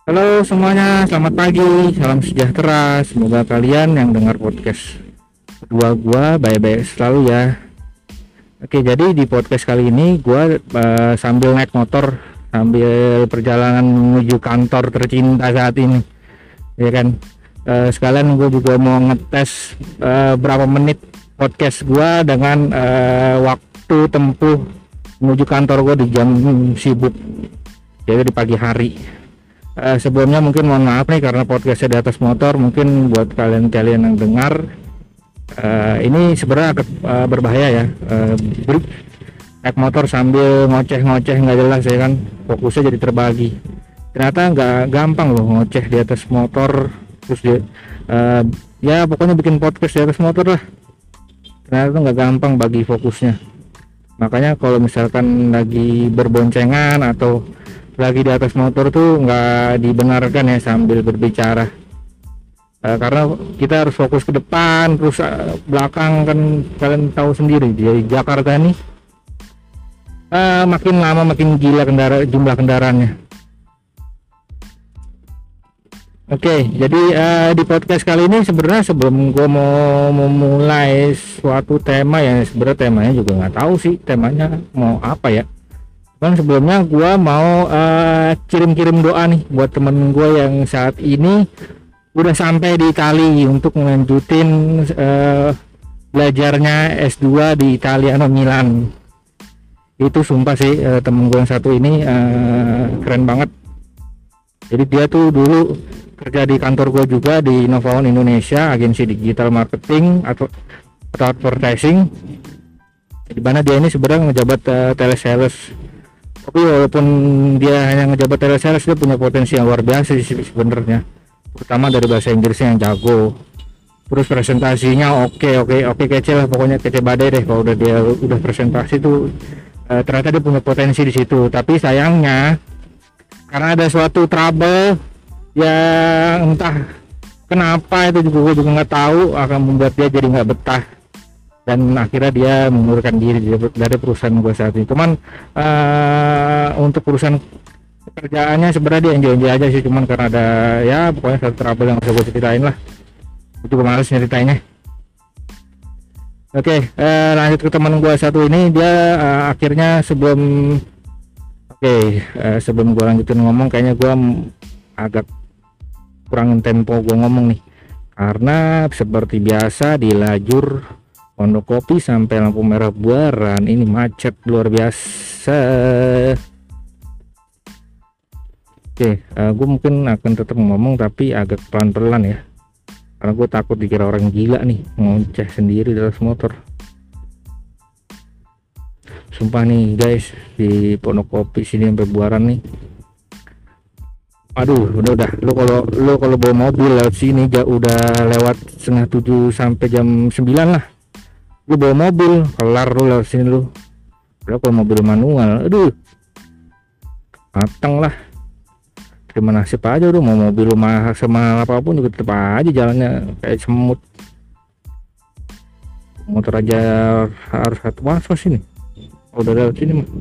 Halo semuanya, selamat pagi, salam sejahtera. Semoga kalian yang dengar podcast kedua gua baik-baik selalu ya. Oke, jadi di podcast kali ini gua sambil naik motor, sambil perjalanan menuju kantor tercinta saat ini, ya kan. Sekalian gue juga mau ngetes berapa menit podcast gua dengan waktu tempuh menuju kantor gua di jam sibuk, jadi di pagi hari. Sebelumnya mungkin mohon maaf nih karena podcastnya di atas motor. Mungkin buat kalian-kalian yang dengar ini sebenarnya agak berbahaya ya. Naik motor sambil ngoceh-ngoceh nggak jelas ya kan, fokusnya jadi terbagi. Ternyata nggak gampang loh ngoceh di atas motor, terus dia ya pokoknya bikin podcast di atas motor lah. Ternyata nggak gampang bagi fokusnya. Makanya kalau misalkan lagi berboncengan atau lagi di atas motor tuh nggak dibenarkan ya sambil berbicara. Karena kita harus fokus ke depan, terus belakang kan kalian tahu sendiri di Jakarta nih makin lama makin gila jumlah kendaraannya. Oke, jadi di podcast kali ini sebenarnya sebelum gue mau memulai suatu tema ya, sebenarnya temanya juga nggak tahu sih temanya mau apa ya. Bang, sebelumnya gua mau kirim-kirim doa nih buat temen gue yang saat ini udah sampai di Itali untuk melanjutin belajarnya S2 di Italiano Milan. Itu sumpah sih, temen gue yang satu ini keren banget. Jadi dia tuh dulu kerja di kantor gue juga di Novaon Indonesia, agensi digital marketing atau advertising, di mana dia ini sebenarnya ngejabat telesales. Tapi walaupun dia hanya ngejabat telesales, dia punya potensi yang luar biasa sih sebenarnya, terutama dari bahasa Inggrisnya yang jago. Terus presentasinya oke kece lah, pokoknya kece badai deh kalau dia udah presentasi tuh. Ternyata dia punya potensi di situ. Tapi sayangnya karena ada suatu trouble yang entah kenapa itu juga gue juga nggak tahu, akan membuat dia jadi nggak betah dan akhirnya dia mengundurkan diri dari perusahaan gue saat ini. Cuman untuk perusahaan pekerjaannya sebenarnya dia enjoy aja sih, cuman karena ada ya pokoknya satu trouble yang bisa gue ceritain lah. Gue juga males nyeritainnya. Oke, lanjut ke teman gue satu ini. Dia akhirnya sebelum gue lanjutin ngomong, kayaknya gue agak kurangin tempo gue ngomong nih, karena seperti biasa di lajur Pondokopi sampai lampu merah Buaran ini macet luar biasa. Oke, gue mungkin akan tetap ngomong tapi agak pelan-pelan ya, karena gue takut dikira orang gila nih ngoceh sendiri di atas motor. Sumpah nih guys, di Pondokopi sini sampai Buaran nih, aduh udah lu kalau bawa mobil lewat sini udah lewat setengah 7 sampai jam 9 lah. Lu bawa mobil kelar lu lewat sini lu. Udah kalau mobil manual, aduh matang lah. Terima nasib aja, udah mau mobil lu semahal apapun juga tetap aja jalannya kayak semut. Motor aja harus satu was ini. Udah lewat sini mah.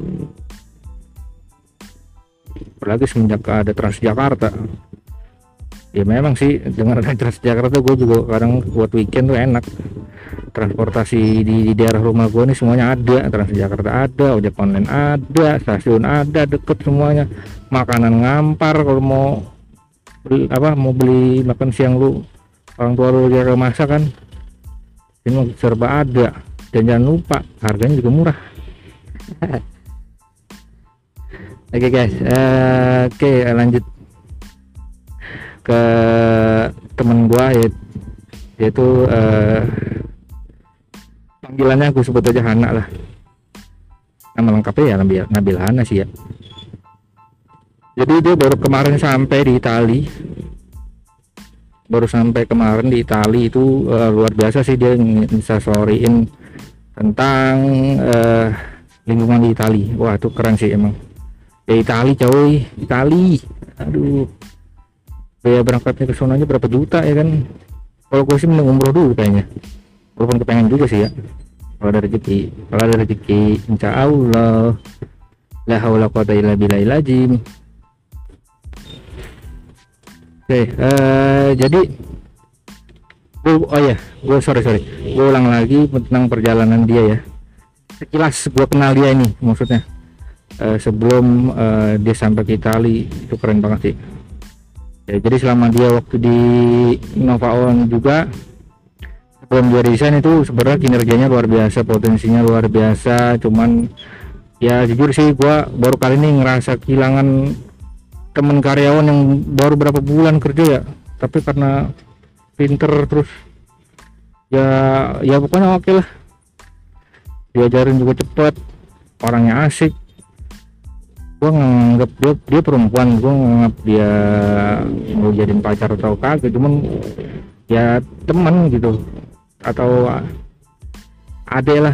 Apalagi semenjak ada Transjakarta. Ya memang sih dengan ada Transjakarta gue juga kadang buat weekend tuh enak. Transportasi di daerah rumah gue nih semuanya ada. Transjakarta ada, ojek online ada, stasiun ada, deket semuanya. Makanan ngampar kalau mau beli makan siang lu, orang tua lu jaga masak kan, ini serba ada. Dan jangan lupa harganya juga murah. Oke guys, lanjut ke temen gua yaitu panggilannya aku sebut aja Hana lah, nama lengkapnya ya Nabil Hana sih ya. Jadi dia baru sampai kemarin di Itali itu luar biasa sih. Dia bisa storyin tentang lingkungan di Itali. Wah itu keren sih emang ya. Itali coy, Itali, aduh biaya berangkatnya ke sonanya berapa juta ya kan. Kalau gue sih mending umroh dulu kayaknya, walaupun kepengen juga sih ya kalau ada rezeki insya Allah. La haula quwata illa billahil azim. Oke, jadi gue sorry, gue ulang lagi tentang perjalanan dia ya. Sekilas gue kenal dia ini, maksudnya sebelum dia sampai ke Itali, itu keren banget sih. Ya, jadi selama dia waktu di Nova On juga, sebelum dia resign itu sebenarnya kinerjanya luar biasa, potensinya luar biasa. Cuman ya jujur sih, gue baru kali ini ngerasa kehilangan temen karyawan yang baru berapa bulan kerja ya, tapi karena pinter terus ya pokoknya oke lah, diajarin juga cepet, orangnya asik. Gue nganggap dia perempuan, gue nganggap dia mau jadiin pacar atau kagak, cuman ya teman gitu atau ade lah.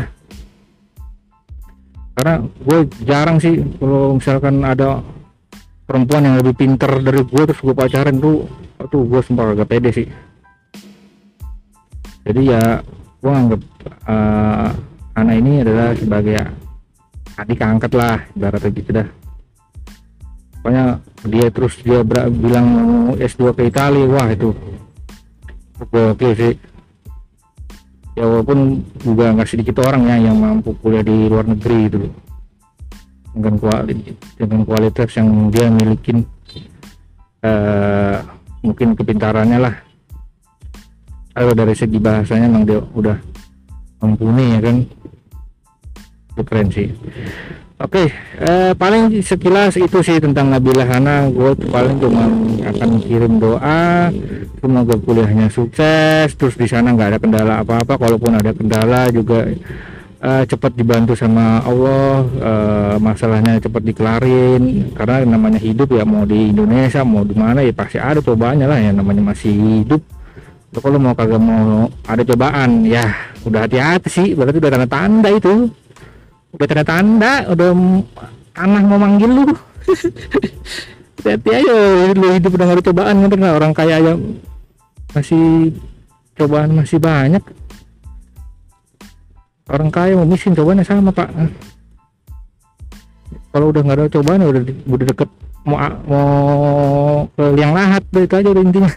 Karena gue jarang sih kalau misalkan ada perempuan yang lebih pinter dari gue terus gue pacaran tuh gue sumpah agak pede sih. Jadi ya gue anggap anak ini adalah sebagai adik angkat lah, ibaratnya gitu dah. Pokoknya dia bilang mau S2 ke Italia, wah itu oke sih. Ya walaupun juga nggak sedikit orang ya yang mampu kuliah di luar negeri gitu dengan kualitas yang dia milikin, mungkin kepintarannya lah. Kalau dari segi bahasanya memang dia udah mumpuni ya kan, itu keren sih. Oke, paling sekilas itu sih tentang Nabila Hana. Gue paling cuma akan kirim doa semoga kuliahnya sukses, terus di sana nggak ada kendala apa-apa. Kalaupun ada kendala juga cepat dibantu sama Allah, masalahnya cepat dikelarin. Karena namanya hidup ya, mau di Indonesia mau di mana ya pasti ada cobaannya lah ya, namanya masih hidup. Kalau mau kagak mau ada cobaan ya udah hati-hati sih, berarti udah tanda-tanda itu, udah tanda-tanda udah tanah mau manggil lu. Hati-hati aja lu hidup udah gak ada cobaan, karena orang kaya aja masih cobaan masih banyak. Orang kaya mau miskin cobaannya sama pak. Kalau udah nggak ada cobaan udah deket mau ke liang lahat, itu aja udah intinya.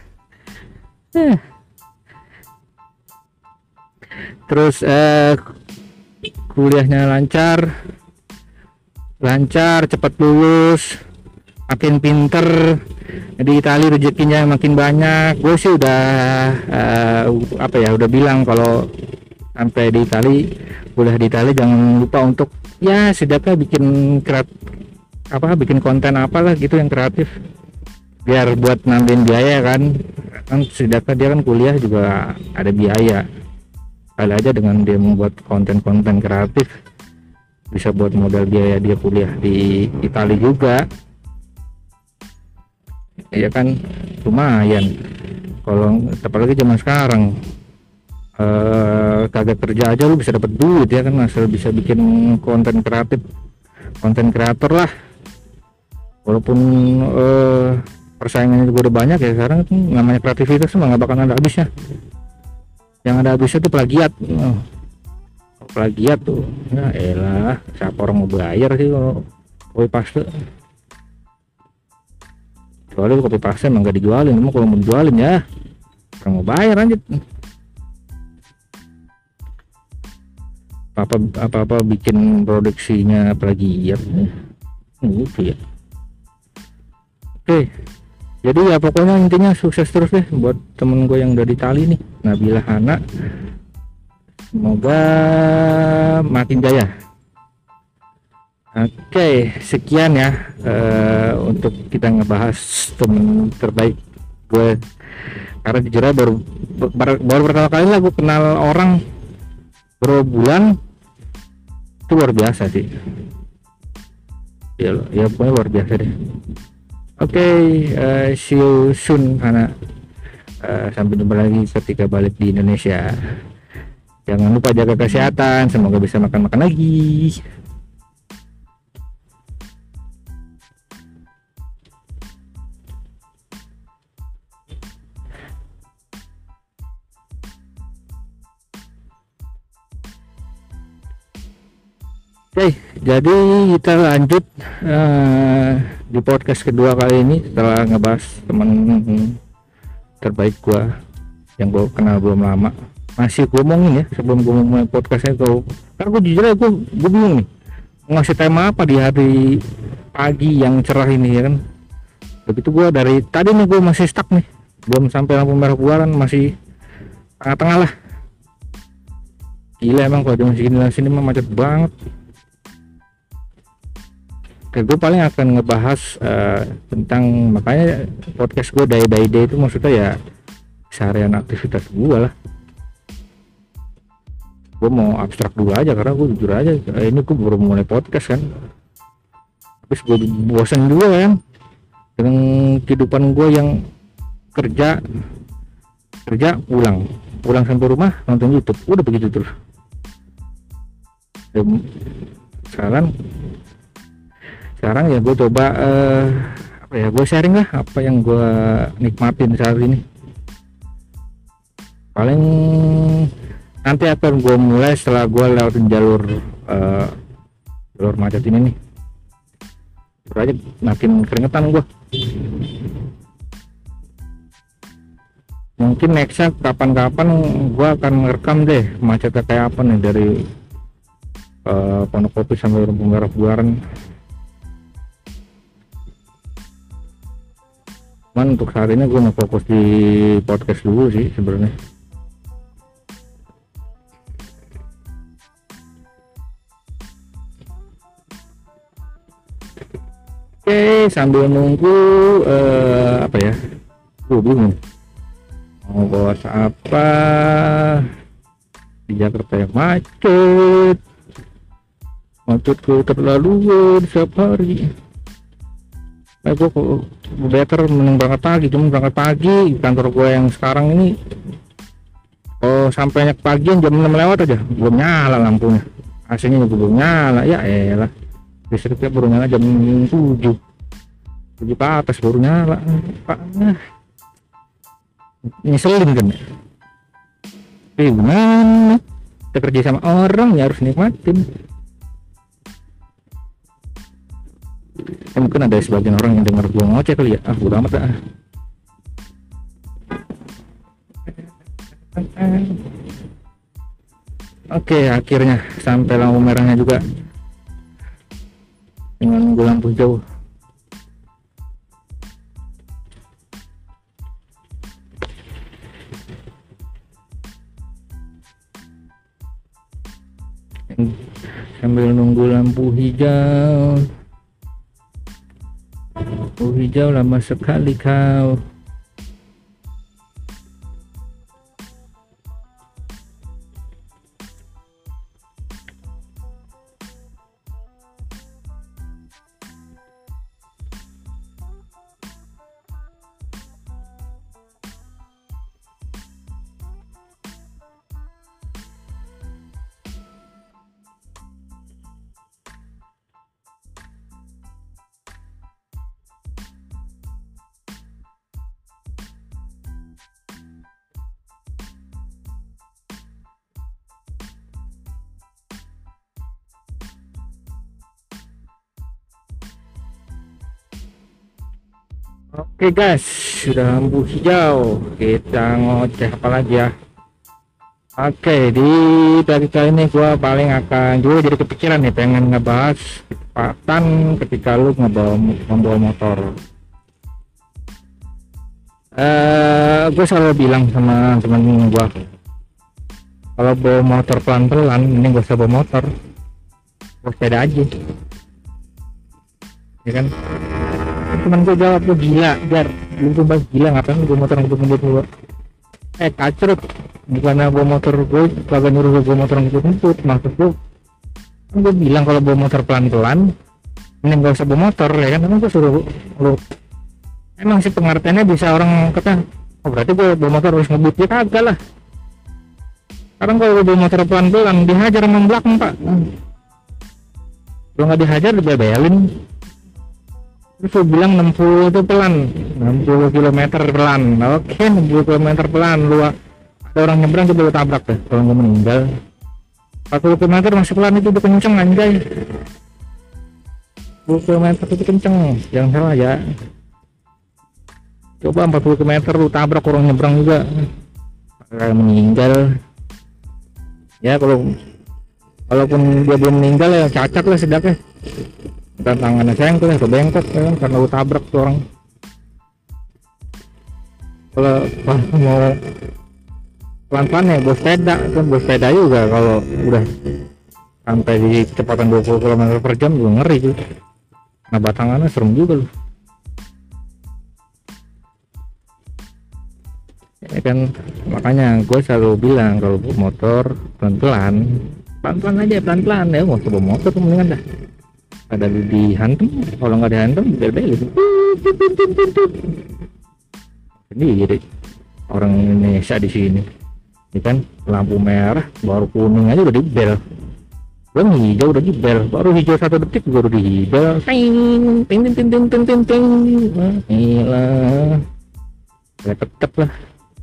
Terus kuliahnya lancar cepat lulus, makin pinter di Itali, rezekinya makin banyak. Gue sih udah udah bilang kalau sampai di Itali, kuliah di Itali jangan lupa untuk ya setidaknya bikin konten apalah gitu yang kreatif, biar buat nambahin biaya kan setidaknya dia kan kuliah juga ada biaya. Kali aja dengan dia membuat konten-konten kreatif bisa buat modal biaya dia kuliah di Italia juga ya kan, lumayan. Kalau apalagi zaman sekarang kagak kerja aja lu bisa dapat duit ya kan, asal bisa bikin konten kreatif, konten kreator lah. Walaupun persaingannya juga udah banyak ya sekarang, namanya kreativitas mah nggak bakal ada habisnya. Yang ada habisnya tuh plagiat tuh ya elah, siapa orang mau bayar sih kalau copy paste, soalnya copy paste emang gak dijualin. Emang kalau mau dijualin ya orang mau bayar lanjut. apa bikin produksinya plagiat gitu ya. Oke, jadi ya pokoknya intinya sukses terus deh buat temen gue yang udah di Itali nih, Nabila Hana. Semoga makin jaya. Oke, sekian ya untuk kita ngebahas temen terbaik gue. Karena jujur aja baru pertama kali lah gue kenal orang berapa bulan, itu luar biasa sih. Ya pokoknya luar biasa deh. Oke, see you soon Hana. Sampai jumpa lagi ketika balik di Indonesia. Jangan lupa jaga kesehatan, semoga bisa makan-makan lagi. Oke, jadi kita lanjut di podcast kedua kali ini setelah ngebahas teman terbaik gua yang gua kenal belum lama. Masih gua omongin ya sebelum gua mulai podcastnya tuh, karena gua jujur aja gua bingung nih mau ngasih tema apa di hari pagi yang cerah ini ya kan. Begitu gua dari tadi nih gua masih stuck nih, belum sampai lampu merah buaran, masih tengah-tengah lah. Gila emang kalau jam sini mah macet banget. Oke, gue paling akan ngebahas tentang, makanya podcast gue day by day itu maksudnya ya seharian aktivitas gue lah. Gue mau abstrak dulu aja karena gue jujur aja ini gue baru mulai podcast kan, habis gue bosan juga kan dengan kehidupan gue yang kerja pulang sampai rumah nonton YouTube, udah begitu terus. Sekarang ya gue coba apa ya, gue sharing lah apa yang gue nikmatin saat ini. Paling nanti akan gue mulai setelah gue lewatin jalur macet ini nih, aja makin keringetan gue. Mungkin nextnya kapan-kapan gue akan merekam deh macetnya kayak apa nih dari Pondok Kopi sampai lampu merah buaran. Cuman untuk saat ini gue mau fokus di podcast dulu sih sebenarnya. Oke, sambil nunggu apa ya, gue bingung mau bahas apa. Di Jakarta yang macet keterlaluan setiap hari. Gue better mending berangkat pagi, cuma berangkat pagi kantor gue yang sekarang ini sampainya pagian jam 6 lewat aja belum nyala lampunya, AC-nya juga belum nyala. Ya elah, listriknya baru nyala jam 7 ke atas baru nyala. Pak, nyeselin kan ya. Gimana kita kerja sama orang ya harus nikmatin. Mungkin ada sebagian orang yang dengar gue ngoceh kali ya, udah amat dah. Oke, akhirnya sampai lampu merahnya juga dengan nunggu lampu hijau. Sambil nunggu lampu hijau lama sekali kau. Oke guys, sudah lampu hijau, kita ngoceh apa lagi ya. Oke, di tadi kali ini gua paling akan juga jadi kepikiran nih pengen ngebahas kecepatan ketika lu membawa motor. Gue selalu bilang sama temen gua, kalau bawa motor pelan-pelan mending gak usah bawa motor, bawa sepeda aja ya kan. Temen gue jawab, gue gila lu tuh bahas gila ngapain gue motor ngebut lu. Kacrut, bukannya bawa motor gue kagak nyuruh gue motor ngebut, maksud gue kan gue bilang kalau bawa motor pelan-pelan mending gak usah bawa motor ya kan. Emang gue suruh lu, emang sih pengertiannya bisa orang kata berarti gue bawa motor harus ngebut, ya kagak lah. Sekarang kalau gue bawa motor pelan-pelan dihajar sama belakang pak, kalau nggak dihajar dibebelin. Terus gue bilang 60 itu pelan, 60 km pelan. Oke, 60 km pelan. Lu ada orang nyebrang coba lu tabrak deh kalau gue meninggal. 40 km masih pelan, itu udah kenceng anjay. 10 km itu kenceng, jangan salah ya. Coba 40 km lu tabrak orang nyebrang juga kayak meninggal ya. Kalaupun dia belum meninggal ya cacat lah sedaknya, dan tangannya sengkel atau bengkok ya kan, karena lu tabrak tuh orang. Kalau mau pelan-pelan ya bos sepeda kan, bos sepeda juga kalau udah sampai di kecepatan 20 km per jam juga ngeri tuh. Nah batangannya serem juga loh ya kan. Makanya gue selalu bilang kalau motor pelan-pelan aja, pelan-pelan ya. Mau coba motor tuh mendingan dah ada lu dihantam, kalau nggak dihantam bel-bel sendiri orang Indonesia di sini ya kan. Lampu merah baru kuning aja udah dibel, belum hijau udah dibel, baru hijau 1 detik baru dibel, ting ting ting ting ting ting ting. Gila tetep lah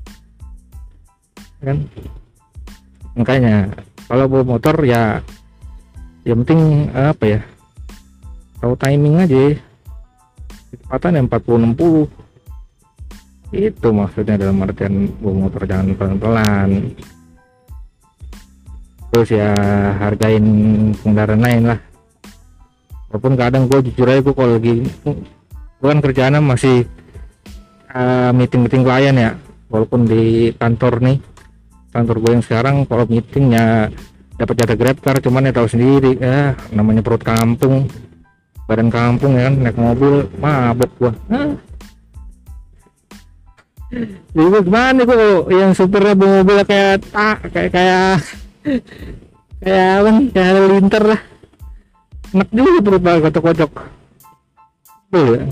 kan. Makanya kalau bawa motor ya yang penting apa ya, tahu timing aja, kecepatan yang 40-60 itu maksudnya, dalam artian bawa motor jangan pelan-pelan. Terus ya hargain kendaraan lain lah, walaupun kadang gue jujur aja, gue kalau lagi gue kan kerjaannya masih meeting klien ya, walaupun di kantor gue yang sekarang kalau meetingnya dapat jatah grab car, cuman ya tahu sendiri ya namanya perut kampung, badan kampung ya kan, naik mobil mabok gua. Jadi gua gimana gua yang supirnya bawa mobil kayak apa nih, kayak linter lah, enak juga perut kocok-kocok tuh ya.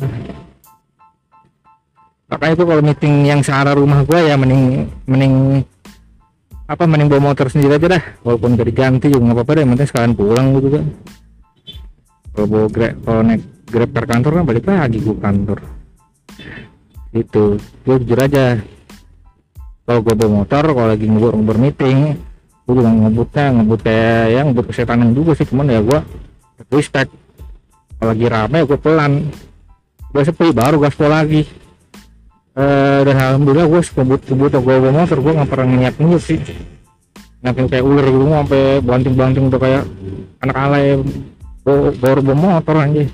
Makanya itu kalau meeting yang searah rumah gua ya mending bawa motor sendiri aja dah, walaupun gak diganti juga nggak apa-apa deh, penting sekalian pulang gitu kan. Kalau naik grab ke kantor kan balik lagi gue kantor itu. Gue jujur aja kalau gue bawa motor, kalau lagi ngebut meeting, gue juga ngebut kayak yang ngebut kesetanan juga sih, cuman ya gue respect. Kalau lagi rame gue pelan, gue sepi baru gaspol lagi. Dan alhamdulillah gue kebut gue bawa motor, gue nggak pernah niat sih, ngapain kayak ular gitu sampai banting udah kayak anak alay baru bawa motor aja.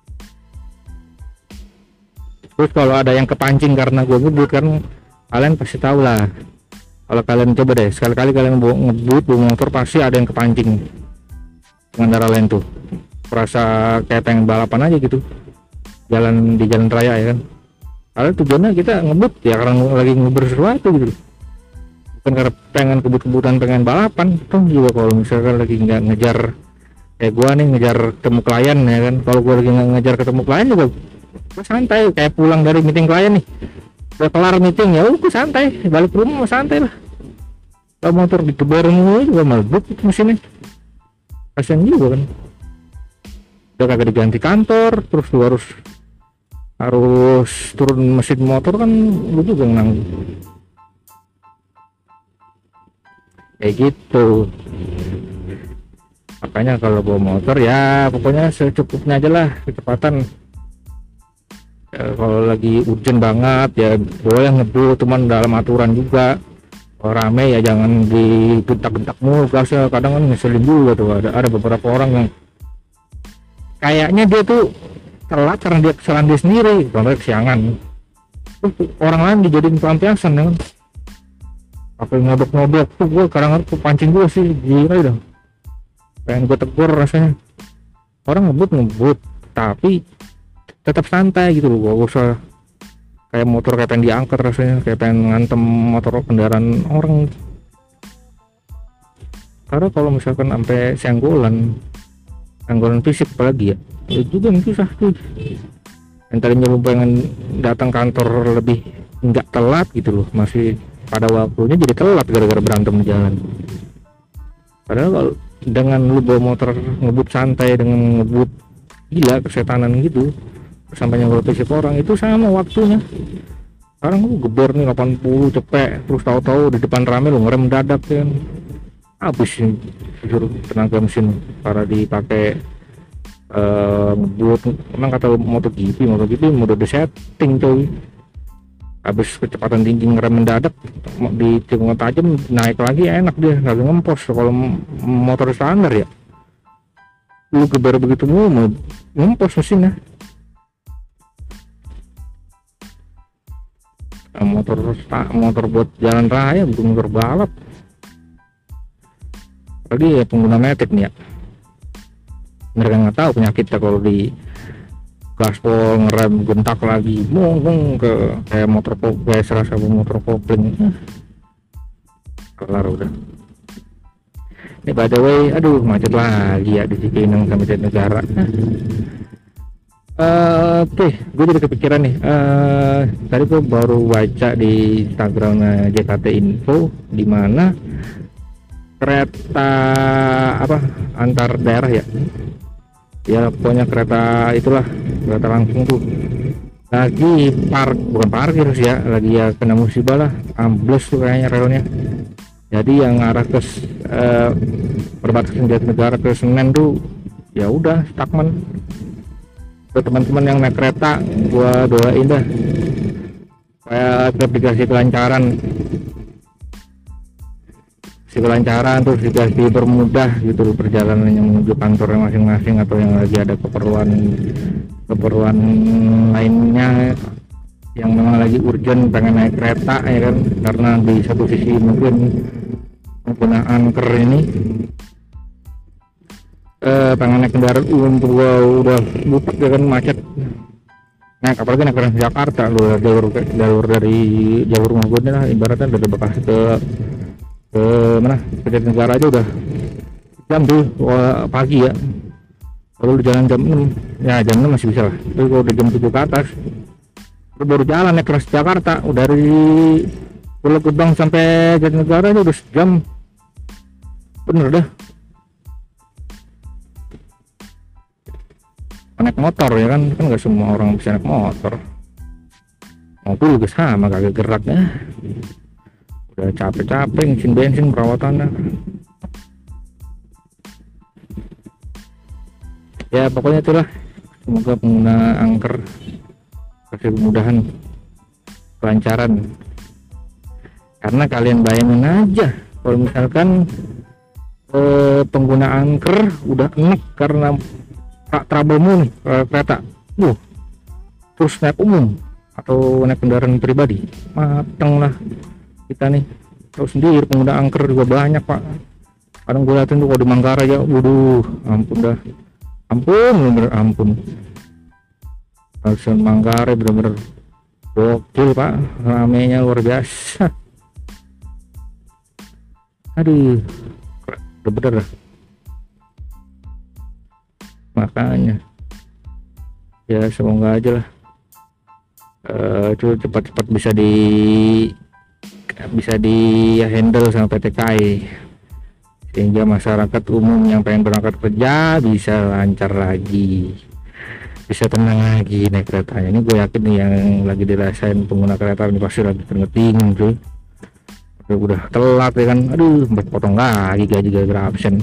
Terus kalau ada yang kepancing karena gue ngebut kan, kalian pasti tahu lah. Kalau kalian coba deh sekali-kali kalian ngebut bawa motor, pasti ada yang kepancing pengendara lain tuh, merasa kayak pengen balapan aja gitu di jalan raya ya kan. Karena tujuannya kita ngebut ya karena lagi sesuatu gitu, bukan karena pengen kebut-kebutan pengen balapan. Toh juga kalau misalkan lagi nggak ngejar kayak gua nih, ngejar ketemu klien ya kan, kalau gua lagi nggak ngejar ketemu klien juga gua santai, kayak pulang dari meeting klien nih, udah kelar meeting ya udah santai, balik rumah santai lah. Kalau motor dikebarin juga mabuk itu mesinnya, kasian juga kan. Udah kagak diganti kantor, terus lu harus turun mesin motor kan, lu juga nanggung kayak gitu. Makanya kalau bawa motor ya pokoknya secukupnya aja lah kecepatan. Kalau lagi urgent banget ya boleh ngebut, cuman dalam aturan juga. Kalau rame ya jangan digentak-gentak mulu gasnya, kadang kan ngeselin juga tuh. Ada beberapa orang yang kayaknya dia tuh telat karena dia kesalahan dia sendiri, contohnya kesiangan, terus orang lain dijadiin pelampiasan ya kan, pakai ngobok tuh. Gue kadang-kadang pancing gue sih, gila dong, pengen gue tegur rasanya. Orang ngebut tapi tetap santai gitu loh, gak usah kayak motor kayak pengen diangkat rasanya, kayak pengen ngantem motor kendaraan orang. Karena kalau misalkan sampai senggolan fisik apalagi ya itu juga susah tuh. Yang tadinya lu pengen datang kantor lebih nggak telat gitu loh, masih pada waktunya, jadi telat gara-gara berantem di jalan. Padahal kalau dengan lu bawa motor ngebut santai, dengan ngebut gila kesetanan gitu sampai nyenggol fisik orang, itu sama waktunya. Sekarang lu gebor nih 80 cepet, terus tahu-tahu di depan rame lu ngerem dadak kan, habis suruh tenaga mesin para dipakai ngebut. Emang kata MotoGP mode di setting coy, habis kecepatan tinggi ngerem mendadak di tikungan tajam naik lagi enak dia lagi ngempos. Kalau motor standar ya lu gebar begitu mau ngempos mesinnya. Motor buat jalan raya bukan motor balap. Tadi ya pengguna metik nih ya, mereka nggak tahu penyakitnya kalau di gaspol ngerem gentak lagi mung ke kayak kayak serasa motor kopling. Kelar udah. Ini by the way, aduh macet lagi ya di Cipinang sampai Jatinegara. Oke, gue jadi kepikiran nih. Tadi gue baru baca di Instagram JKT Info di mana kereta antar daerah ya pokoknya kereta itulah, kereta langsung tuh lagi bukan parkir sih ya, lagi ya kena musibah lah, ambles tuh kayaknya relnya. Jadi yang arah ke perbatasan Jatinegara ke Senen tuh ya udah stagnan. Buat teman-teman yang naik kereta gua doain dah supaya tetap dikasih kelancaran terus dikasih bermudah gitu perjalanannya menuju kantornya masing-masing, atau yang lagi ada keperluan lainnya yang memang lagi urgent pengen naik kereta ya kan, karena di satu sisi mungkin penggunaan angker ini pengen naik kendaraan umum udah butek ya kan, macet. Nah apalagi naik ke Jakarta lu jalur dari jalur rumah gue lah ibaratnya dari Bekasi ke mana ke Jatinegara aja udah jam tuh pagi ya. Kalau di jalan jam 6 ya jam 6 masih bisa lah, tapi kalau udah jam 7 ke atas baru jalan naik ke Jakarta udah dari Pulau Gebang sampai Jatinegara aja udah sejam bener dah. Naik motor ya kan nggak semua orang bisa naik motor, mobil juga sama kagak geraknya, udah capek-capek ngisiin bensin perawatannya. Ya pokoknya itulah, semoga pengguna angker kasih kemudahan, kelancaran. Karena kalian bayangin aja kalau misalkan pengguna angker udah enek karena trouble nih kereta, terus naik umum atau naik kendaraan pribadi, mateng lah kita nih. Tahu sendiri pengguna angker juga banyak pak. Kadang gue liatin tuh kalau di Manggarai ya, waduh ampun dah, ampun. Stasiun Manggarai bener-bener gokil pak, ramenya luar biasa. Aduh, bener-bener dah. Makanya ya semoga aja lah itu cepat-cepat bisa di handle sama PT KAI, sehingga masyarakat umum yang pengen berangkat kerja bisa lancar lagi, bisa tenang lagi naik keretanya. Ini gue yakin nih yang lagi dirasain pengguna kereta ini pasti lagi keringetin cuy, udah telat ya kan, aduh potong lagi gaji gara-gara absen,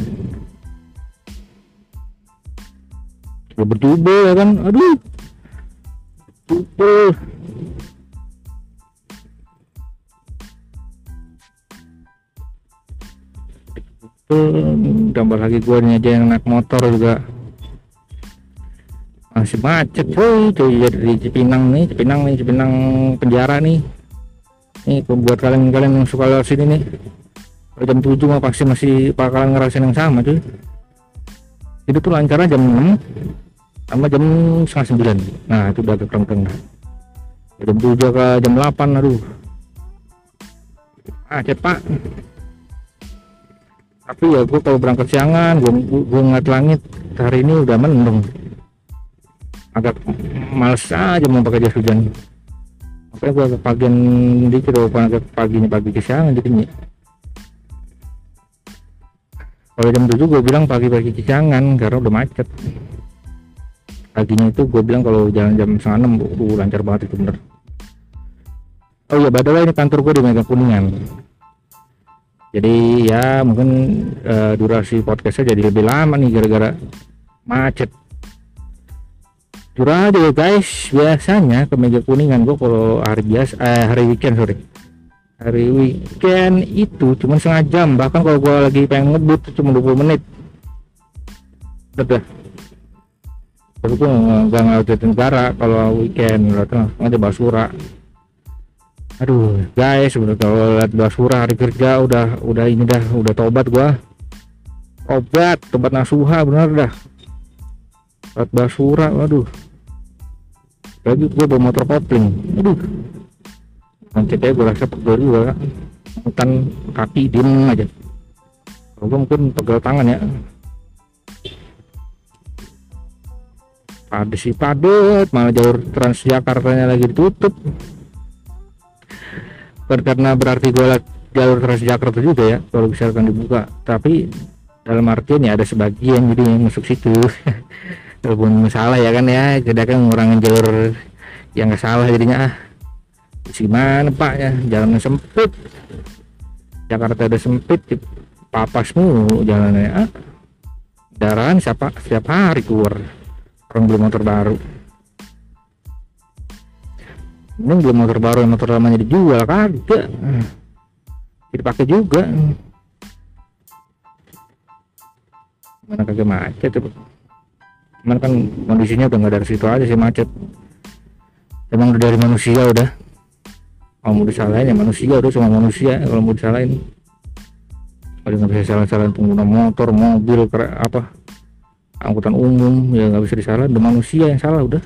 udah berjubel ya kan, aduh jubel. Tambah lagi gue nih aja yang naik motor juga masih macet cuy di Cipinang penjara nih buat kalian yang suka lewat sini nih jam 7 mah pasti masih bakalan ngerasain yang sama cuy. Itu tuh lancarnya jam 6 sama jam setengah 9. Nah itu udah kekreng-kreng. Jam 7 ke jam 8 aduh macet pak. Tapi ya gue kalau berangkat siangan gue ngeliat langit hari ini udah mendung, agak males aja mau pakai jas hujan, makanya gue agak pagian dikit walaupun agak pagi ke siangan jadinya. Kalau jam 7 gue bilang pagi ke siangan karena udah macet. Paginya itu gue bilang kalau jalan jam setengah 6 lancar banget itu bener. Oh iya by the way ini kantor gue di Mega Kuningan. Jadi ya mungkin durasi podcastnya jadi lebih lama nih gara-gara macet. jujur aja ya guys, biasanya ke Mega Kuningan gue kalau hari biasa hari weekend, hari weekend itu cuma setengah jam, bahkan kalau gue lagi pengen ngebut cuma 20 menit udah. Tapi gue nggak ngelaut negara kalau weekend, langsung aja Basura. Aduh guys, udah kalau lihat Basura hari kerja udah ini dah, udah tobat gua, tobat nasuha bener dah. Lihat Basura, waduh, lagi gua bawa motor kopling, aduh nanti kayak gua rasa pegel juga, hutan kaki diem aja. Kalau gua mungkin pegel tangan ya, padet malah jalur Transjakartanya lagi ditutup. Karena berarti gue jalur Transjakarta juga ya kalau misalkan dibuka, tapi dalam artian ya ada sebagian jadi yang masuk situ walaupun salah ya kan ya, jadi kan ngurangin jalur yang nggak salah jadinya. Gimana pak ya, jalannya sempit, Jakarta udah sempit, papasmu jalannya, kendaraan setiap hari keluar, orang beli motor baru. Ini belum motor baru, motor lamanya dijual kagak, dipakai juga, mana kagak macet tuh. Cuman kan kondisinya udah nggak dari situ aja sih macet, emang udah dari manusia udah. Kalau mau disalahin ya manusia, udah cuma manusia kalau mau disalahin. Kalau nggak bisa salah-salahin pengguna motor, mobil, angkutan umum ya nggak bisa disalahin, udah manusia yang salah udah.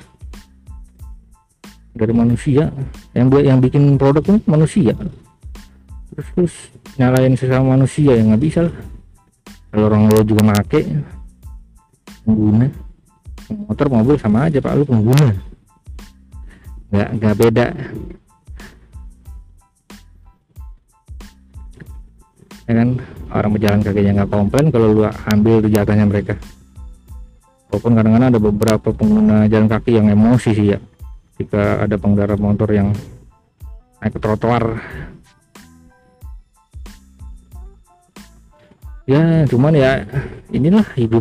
Dari manusia yang bikin produknya manusia, terus nyalain sesama manusia yang nggak bisa lah. Kalau orang lo juga make pengguna motor mobil sama aja pak, lu pengguna, nggak beda. Ya kan, orang berjalan kakinya nggak komplain kalau lu ambil tuh jatahnya mereka. Walaupun kadang-kadang ada beberapa pengguna jalan kaki yang emosi sih ya, jika ada pengendara motor yang naik ke trotoar ya. Cuman ya inilah hidup,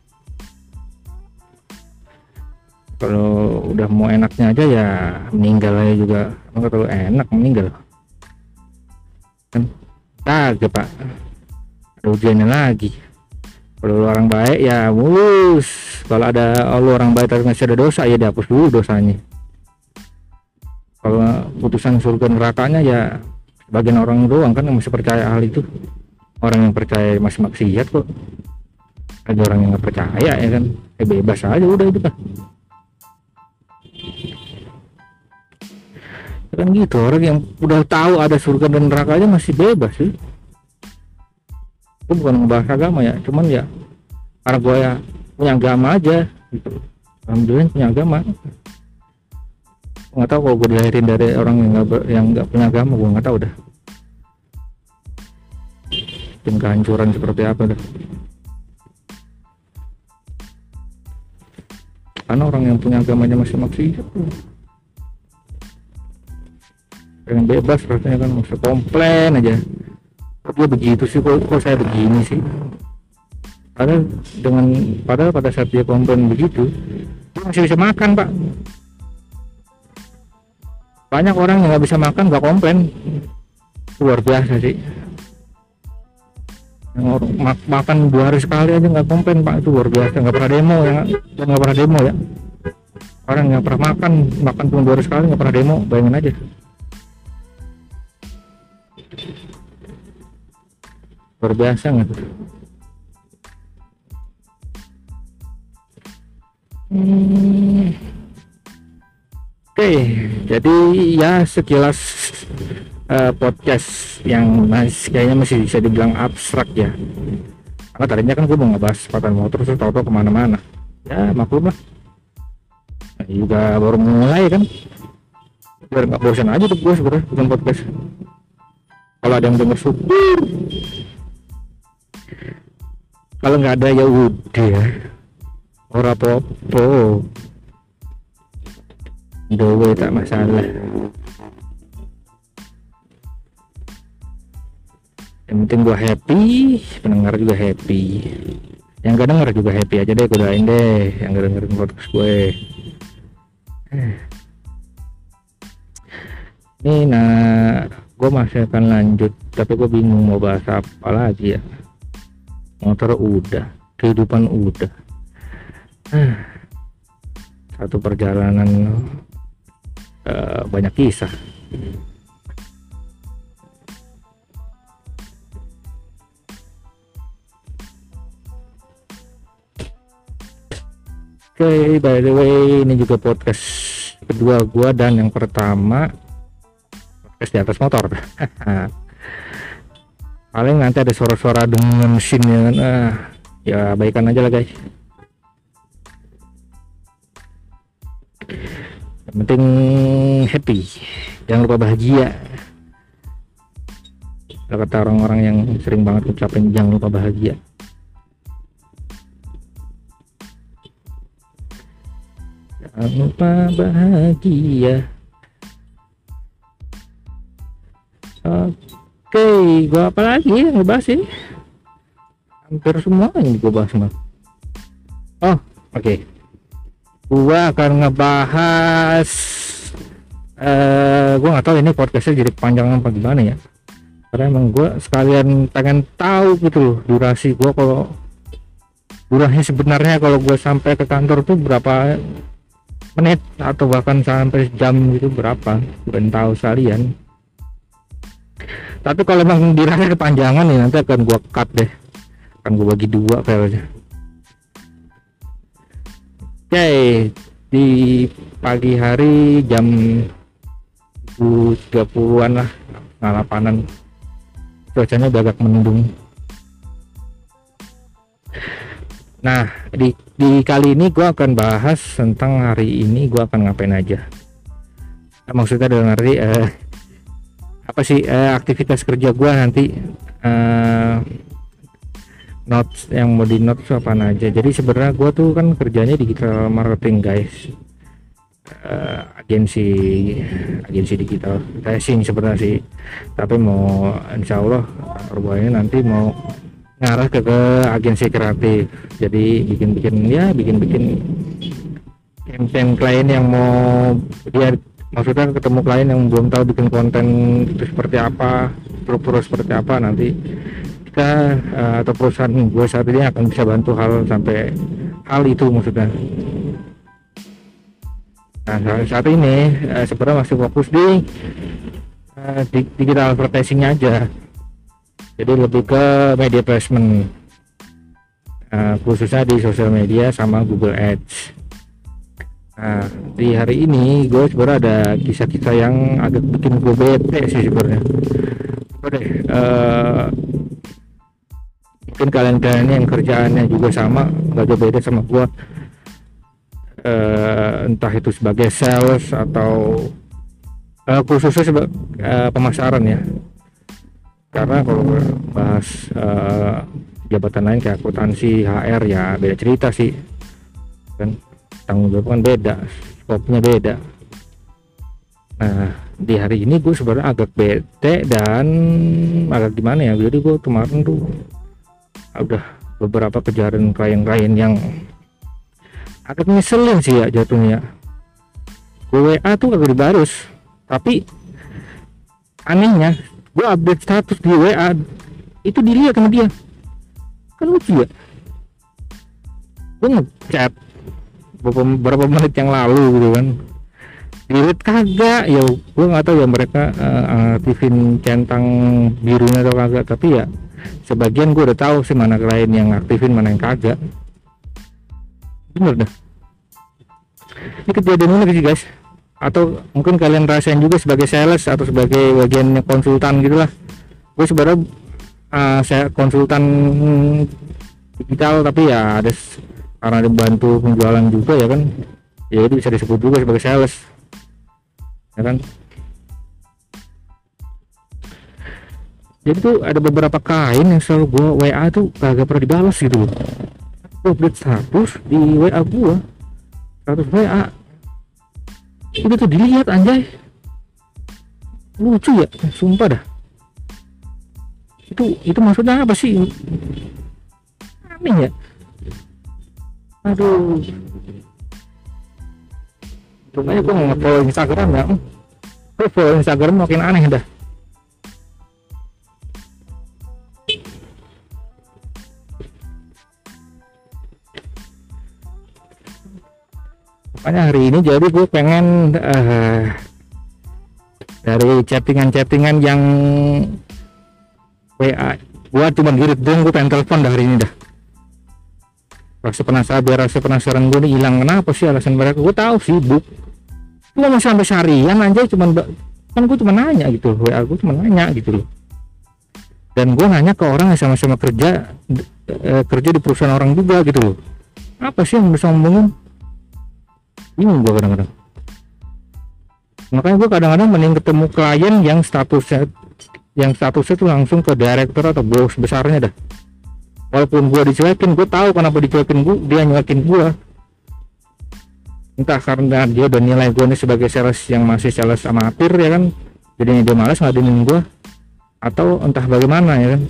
kalau udah mau enaknya aja ya meninggal aja juga. Enggak, kalau enak meninggal kan kagak pak, ada ujiannya lagi. Kalau orang baik ya mulus, kalau ada orang baik tapi masih ada dosa ya dihapus dulu dosanya. Kalau putusan surga nerakanya ya sebagian orang doang kan yang masih percaya hal itu. Orang yang percaya masih maksiat kok, ada orang yang nggak percaya ya kan, bebas aja udah itu kan gitu. Orang yang udah tahu ada surga dan neraka aja masih bebas sih. Itu bukan ngebahas agama ya, cuman ya karena gue ya punya agama aja gitu, alhamdulillah punya agama. Nggak tahu kalau gue dilahirin dari orang yang nggak punya agama, gue nggak tahu dah tim kehancuran seperti apa dah. Karena orang yang punya agamanya masih maksiat pengen bebas rasanya kan, masih komplain aja. Kok dia begitu sih, kok saya begini sih. Padahal pada saat dia komplain begitu dia masih bisa makan pak. Banyak orang yang nggak bisa makan nggak komplain, luar biasa sih. Yang makan 2 hari sekali aja nggak komplain pak, itu luar biasa. Nggak pernah demo ya, nggak pernah demo ya. Orang yang pernah makan cuma 2 hari sekali nggak pernah demo, bayangin aja. Luar biasa nggak tuh. Oke, jadi ya sekilas podcast yang kayaknya masih bisa dibilang abstrak ya. Karena tadinya kan gue mau ngebahas sepatan motor terus tau-tau kemana-mana. Ya maklum lah. Nah, juga baru mulai kan. Biar nggak bosan aja tuh gue sebenarnya bikin podcast. Kalau ada yang denger syukur. Kalau nggak ada ya udah. Ora popo. Dowe tak masalah. Yang penting gua happy, pendengar juga happy. Yang gak denger juga happy aja deh, gue doain deh yang gak dengerin podcast gue. Ini gue masih akan lanjut, tapi gue bingung mau bahas apa lagi ya. Motor udah, kehidupan udah, satu perjalanan banyak kisah. Oke, by the way, ini juga podcast kedua gua dan yang pertama podcast di atas motor. Paling nanti ada suara-suara dengan mesin ya kan. Ya baikan aja lah guys. Yang penting happy, jangan lupa bahagia. Kalau kata orang-orang yang sering banget ucapin jangan lupa bahagia. Jangan lupa bahagia. Oke, gua apa lagi yang ngebahas sih? Hampir semua yang gua bahas mah. Oh, oke. Gua akan ngebahas gua nggak tahu ini podcastnya jadi kepanjangan apa gimana ya. Karena emang gua sekalian pengen tahu gitu loh durasi gua, kalau durasinya sebenarnya kalau gua sampai ke kantor tuh berapa menit atau bahkan sampai jam gitu berapa, belum tahu sekalian. Tapi kalau emang dirasa kepanjangan nih nanti akan gua cut deh, akan gua bagi dua filenya. Oke, di pagi hari jam 30-an lah, 8-an, cuacanya udah agak mendung. Nah, di kali ini gue akan bahas tentang hari ini gue akan ngapain aja. Maksudnya dalam arti apa sih aktivitas kerja gue nanti, notes yang mau di notes apa aja. Jadi sebenarnya gue tuh kan kerjanya digital marketing guys, agensi digital testing sebenarnya sih, tapi mau insya Allah kantor gue ini nanti mau ngarah ke agensi kreatif. Jadi bikin campaign klien yang mau dia, maksudnya ketemu klien yang belum tahu bikin konten itu seperti apa, struktur seperti apa, nanti kita atau perusahaan gue saat ini akan bisa bantu sampai hal itu maksudnya. Nah saat ini sebenarnya masih fokus di digital advertising aja, jadi lebih ke media placement, khususnya di sosial media sama Google Ads. Nah di hari ini gue sebenarnya ada kisah-kisah yang agak bikin gue bete sih sebenarnya. Mungkin kalian yang kerjaannya juga sama, nggak jauh beda sama gue, entah itu sebagai sales atau khususnya sebagai pemasaran ya. Karena kalau bahas jabatan lain kayak akuntansi, HR ya beda cerita sih kan, tanggung jawab kan beda, skopnya beda. Nah di hari ini gue sebenarnya agak bete dan agak gimana ya, jadi gue kemarin tuh udah beberapa kejaran klien-klien yang agak ngeselin sih ya jatuhnya. Gue WA tuh agak dibalas, tapi anehnya gue update status di WA itu dilihat sama dia, kan lucu ya. Gue ngechat beberapa menit yang lalu gitu kan, dilihat kagak ya. Gue nggak tahu ya mereka aktifin centang birunya atau kagak, tapi ya sebagian gue udah tahu sih mana klien yang aktifin mana yang kagak. Bener dah, ini kejadian unik sih guys. Atau mungkin kalian rasain juga sebagai sales atau sebagai bagian konsultan gitulah. Gue sebenarnya saya konsultan digital, tapi ya ada karena ada bantu penjualan juga ya kan, ya itu bisa disebut juga sebagai sales ya kan. Jadi tuh ada beberapa kain yang selalu gue WA tuh kagak pernah dibalas gitu loh. Gue update status di WA gue, status WA udah tuh dilihat anjay. Lucu ya, sumpah dah. Itu maksudnya apa sih? Aneh ya. Aduh. Makanya gue nggak follow Instagram ya. Gue follow Instagram makin aneh dah. Makanya hari ini jadi gue pengen dari chattingan yang WA gue cuma girit dong, gue pengen telepon dah hari ini dah. Rasa penasaran gue nih hilang. Kenapa sih alasan mereka? Gue tahu sibuk. Gue mau sampai seharian aja cuman kan gue cuma nanya gitu, WA gue cuma nanya gitu loh. Dan gue nanya ke orang yang sama-sama kerja di perusahaan orang juga gitu loh. Apa sih yang bisa ngomongin? Bingung gue kadang-kadang. Makanya gue kadang-kadang mending ketemu klien yang statusnya tuh langsung ke direktur atau bos besarnya dah. Walaupun gue dicuekin, gue tahu kenapa dicuekin, dia nyuekin gue. Entah karena dia udah nilai gue nih sebagai sales yang masih sales amatir ya kan, jadinya dia malas ngademin gue, atau entah bagaimana ya kan.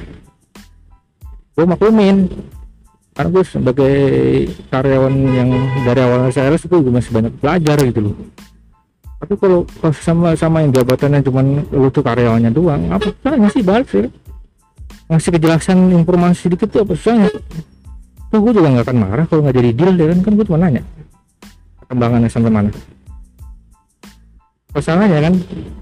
Gue maklumin, karena gue sebagai karyawan yang dari awal sales itu gue masih banyak belajar gitu loh. Tapi kalau sama yang jabatannya cuman lu tuh karyawannya doang, apa susahnya sih balik sih? Ngasih kejelasan informasi dikit tuh apa susahnya? Tuh gue juga nggak akan marah kalau nggak jadi deal ya kan gue cuma nanya perkembangannya sampai mana. Pasalnya kan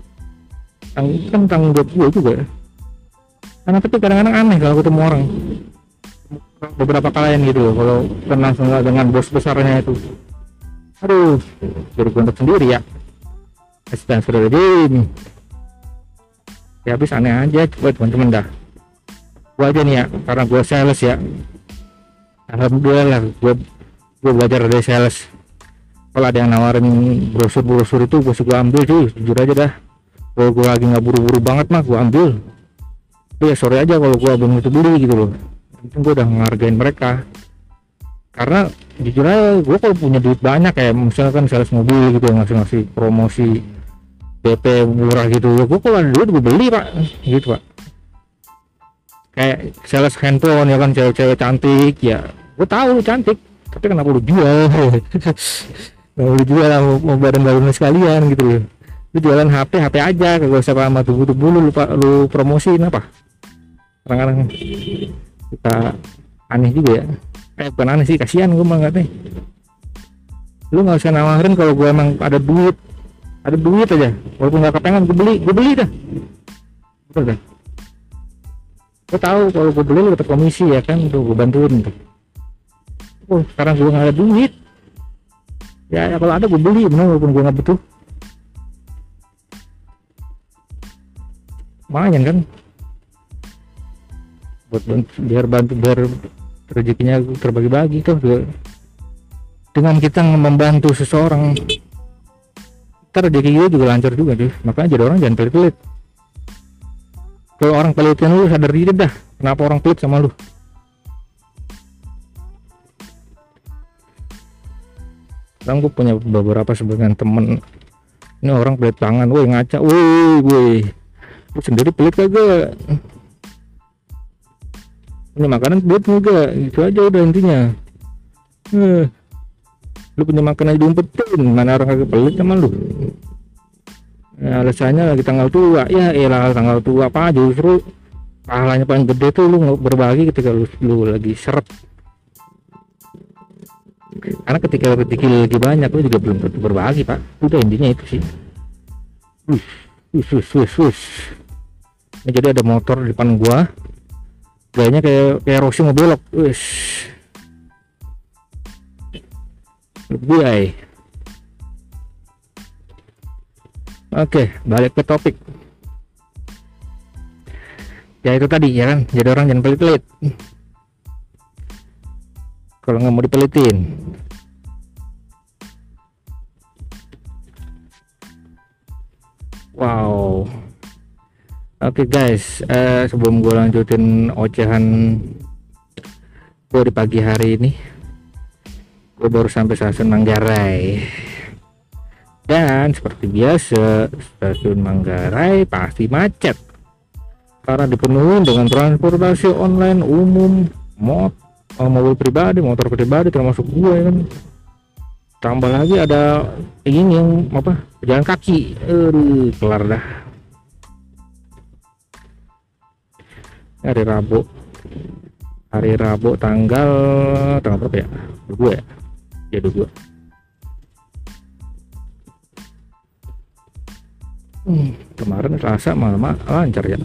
tanggung jawab gue juga ya. Karena tapi kadang-kadang aneh kalau ketemu orang, beberapa klien gitu loh, kalau kenal dengan bos besarnya itu, aduh suruh gue untuk sendiri ya. Astagfirullahaladzim. Ya habis aneh aja buat teman-teman dah. Gue aja nih ya, karena gue sales ya, alhamdulillah gue belajar dari sales. Kalau ada yang nawarin brosur itu gue suka ambil cuy, jujur aja dah. Kalau gue lagi nggak buru-buru banget mah gue ambil. Tapi ya sorry aja kalau gue belum itu beli gitu loh. Mungkin gue udah menghargain mereka. Karena jujur aja gue kalau punya duit banyak ya, misalkan sales mobil gitu, ngasih promosi DP murah gitu, gue kalau ada duit gue beli pak, gitu pak. Kayak sales handphone ya kan, cewek-cewek cantik ya, gue tahu lu cantik, tapi kenapa lu jual? Kalau lu jual mau badan sekalian gitu loh. Lu jualan HP aja, kagak usah sama tubuh lu promosiin apa? Kadang-kadang kita aneh juga ya. Bukan aneh sih, kasihan gue mah nggak nih. Lu nggak usah nawarin kalau gue emang ada duit aja, walaupun nggak kepengen gue beli dah. Betul dah. Gue tahu kalau gue beli lu dapat komisi ya kan, tuh gue bantuin tuh. Oh sekarang gue nggak ada duit ya kalau ada gue beli bener, walaupun gue nggak butuh. Lumayan kan buat biar rezekinya terbagi-bagi tuh dengan kita membantu seseorang, ntar rezeki gue juga lancar juga tuh. Makanya jadi orang jangan pelit-pelit. Kalau orang pelitin lu sadar diri dah, kenapa orang pelit sama lu. Sekarang gue punya beberapa sebagian temen, ini orang pelit tangan, woi ngaca, woi lu sendiri pelit kagak, punya makanan pelit enggak, itu aja udah intinya. Lu punya makanan diumpetin, mana orang kagak pelit sama lu. Ya, alasannya lagi tanggal tua, ya elah tanggal tua apa, justru pahalanya paling gede tuh lu berbagi ketika lu lagi seret. Karena ketika rezeki lagi banyak lu juga belum tentu berbagi pak, udah intinya itu sih. Ini jadi ada motor di depan gua, gayanya kayak Rossi mau belok, lebih ay. Oke, balik ke topik. Ya itu tadi ya kan, jadi orang jangan pelit-pelit. Kalau nggak mau dipelitin. Wow. Oke guys, sebelum gue lanjutin ocehan gue di pagi hari ini, gue baru sampai stasiun Manggarai. Dan seperti biasa, stasiun Manggarai pasti macet karena dipenuhi dengan transportasi online umum, mobil pribadi, motor pribadi termasuk gue kan. tambah lagi ada ini yang apa, pejalan kaki. Kelar dah. Hari Rabu tanggal berapa ya? 22 ya? Ya 22. Kemarin Selasa malam lancar ya.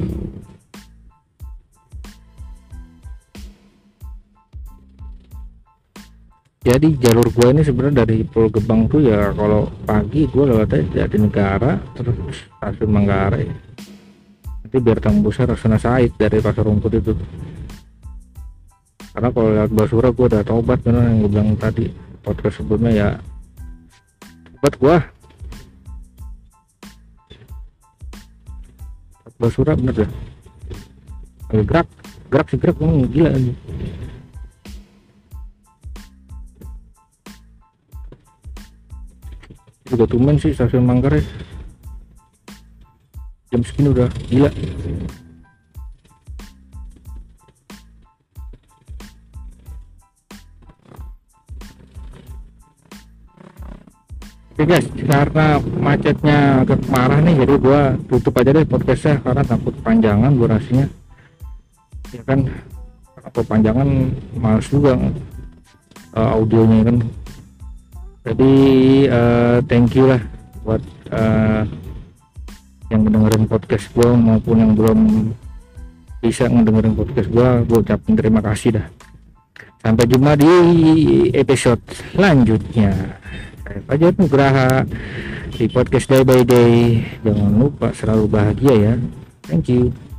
Jadi jalur gua ini sebenarnya dari Pulau Gebang tuh ya, kalau pagi gua lewatnya Jatinegara terus stasiun Manggarai, nanti biar tembusnya Rasuna Said dari Pasar Rumput itu. Karena kalau lewat Basura gua udah tobat, bener yang gua bilang tadi podcast sebelumnya ya, tobat gua Basura bener dah. Gerak gila ini. Juga tumen sih stasiun Manggarai jam segini udah gila. Oke guys, karena macetnya agak parah nih, jadi gua tutup aja deh podcastnya karena takut panjangan durasinya ya kan. Atau panjangan males juga audionya kan. Jadi thank you lah buat yang mendengarin podcast gue maupun yang belum bisa ngedengerin podcast gue ucapin terima kasih dah. Sampai jumpa di episode selanjutnya. Saya Fajar Nugraha di podcast Day by Day. Jangan lupa selalu bahagia ya. Thank you.